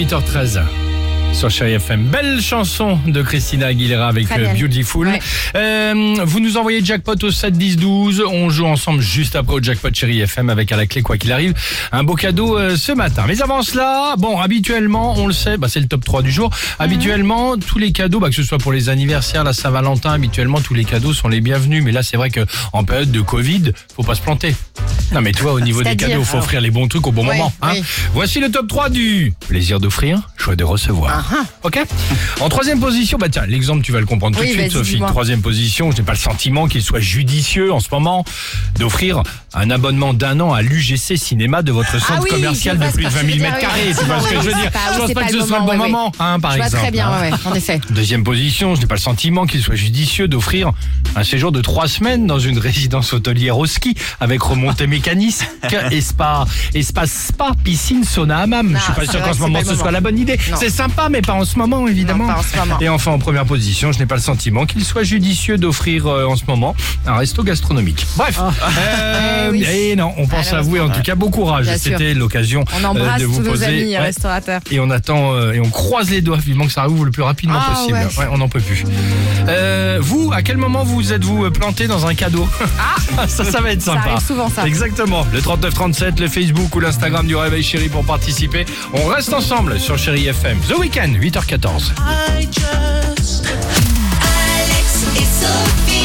8h13. Sur Chérie FM. Belle chanson de Christina Aguilera avec Beautiful. Ouais. Vous nous envoyez jackpot au 7 10 12. On joue ensemble juste après au jackpot Chérie FM avec à la clé, quoi qu'il arrive, un beau cadeau ce matin. Mais avant cela, habituellement, on le sait, c'est le top 3 du jour. Habituellement, tous les cadeaux, que ce soit pour les anniversaires, la Saint-Valentin, habituellement, tous les cadeaux sont les bienvenus. Mais là, c'est vrai qu'en période de Covid, faut pas se planter. Non, mais toi, au niveau des cadeaux, faut offrir les bons trucs au bon moment. Oui. Voici le top 3 du plaisir d'offrir, choix de recevoir. Ok. En troisième position, tiens, l'exemple tu vas le comprendre tout de suite, Sophie. Dis-moi. Troisième position, je n'ai pas le sentiment qu'il soit judicieux en ce moment d'offrir un abonnement d'1 an à l'UGC Cinéma de votre centre commercial de plus de 20 000 m². Tu vois ce que je veux dire? Je pense pas que ce soit le bon moment, par exemple. Très bien, en effet. Deuxième position, je n'ai pas le sentiment qu'il soit judicieux d'offrir un séjour de 3 semaines dans une résidence hôtelière au ski avec remontée mécanique, espace spa, piscine, sauna, hammam. Je suis pas sûr qu'en ce moment ce soit la bonne idée. C'est sympa, mais pas en ce moment, évidemment. Non, pas en ce moment. Et enfin, en première position, je n'ai pas le sentiment qu'il soit judicieux d'offrir en ce moment un resto gastronomique. Bref. Et non, on pense à vous et en tout cas, bon courage. C'était l'occasion on embrasse de vous tous poser. nos amis restaurateurs. Et on attend et on croise les doigts vivement que ça arrive le plus rapidement possible. Ouais, on n'en peut plus. Vous, à quel moment vous êtes-vous planté dans un cadeau? Ça va être sympa. Ça arrive souvent, ça. Exactement. Le 3937, le Facebook ou l'Instagram du Réveil Chéri pour participer. On reste ensemble sur Chéri FM. The Weeknd, 8h14. Alex et Sophie.